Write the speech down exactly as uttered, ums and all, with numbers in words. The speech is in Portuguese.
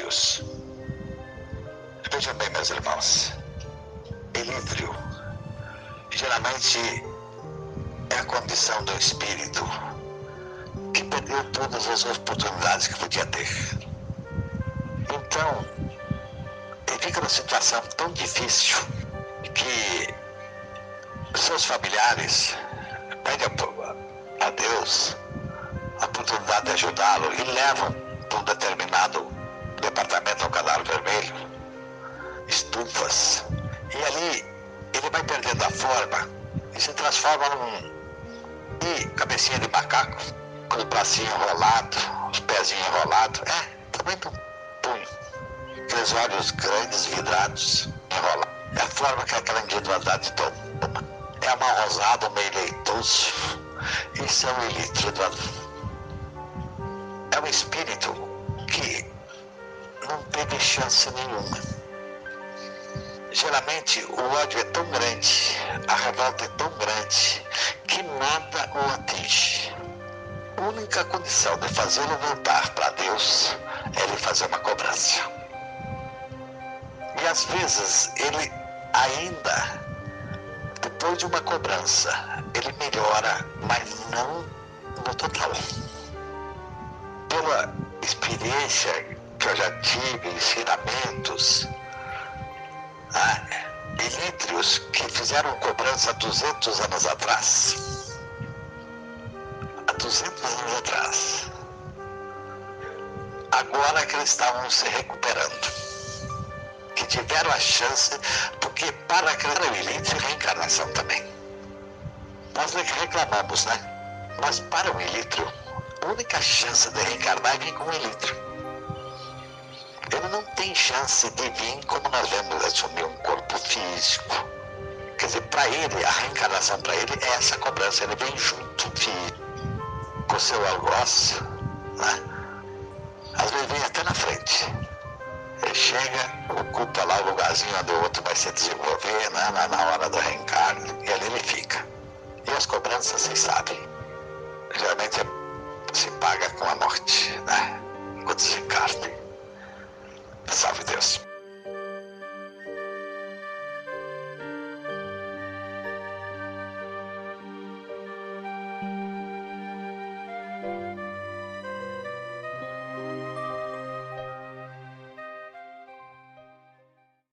Ilítrios. Vejam bem, meus irmãos, ilítrio geralmente é a condição do espírito que perdeu todas as oportunidades que podia ter. Então, ele fica numa situação tão difícil que seus familiares pedem a Deus a oportunidade de ajudá-lo e levam para um determinado departamento ao Canário Vermelho, estufas, e ali ele vai perdendo a forma e se transforma num e cabecinha de macaco, com os bracinhos enrolados, os pezinhos enrolados, é, também do punho, aqueles olhos grandes, vidrados, enrolados. É a forma que aquela individualidade toma. É amarrosado, meio leitoso. Isso é um ilítrio. É um espírito que não teve chance nenhuma. Geralmente o ódio é tão grande, a revolta é tão grande, que nada o atinge. A única condição de fazê-lo voltar para Deus é ele fazer uma cobrança. E às vezes ele ainda, depois de uma cobrança, ele melhora, mas não no total. Pela experiência que eu já tive, ensinamentos, ah, ilítrios que fizeram cobrança há duzentos anos atrás, há duzentos anos atrás, agora que eles estavam se recuperando, que tiveram a chance, porque para criar o ilítrio é reencarnação também. Nós reclamamos, né? Mas para o ilítrio, a única chance de reencarnar é vir com o ilítrio. Ele não tem chance de vir como nós vemos assumir um corpo físico. Quer dizer, para ele, a reencarnação para ele é essa cobrança, ele vem junto, filho, com o seu algoz, né? Às vezes vem até na frente. Ele chega, ocupa lá o lugarzinho onde o outro vai se desenvolver, né? na, na hora do reencarne, e ali ele fica. E as cobranças, vocês sabem, geralmente se paga com a morte, né? Quando se encarna. Salve Deus.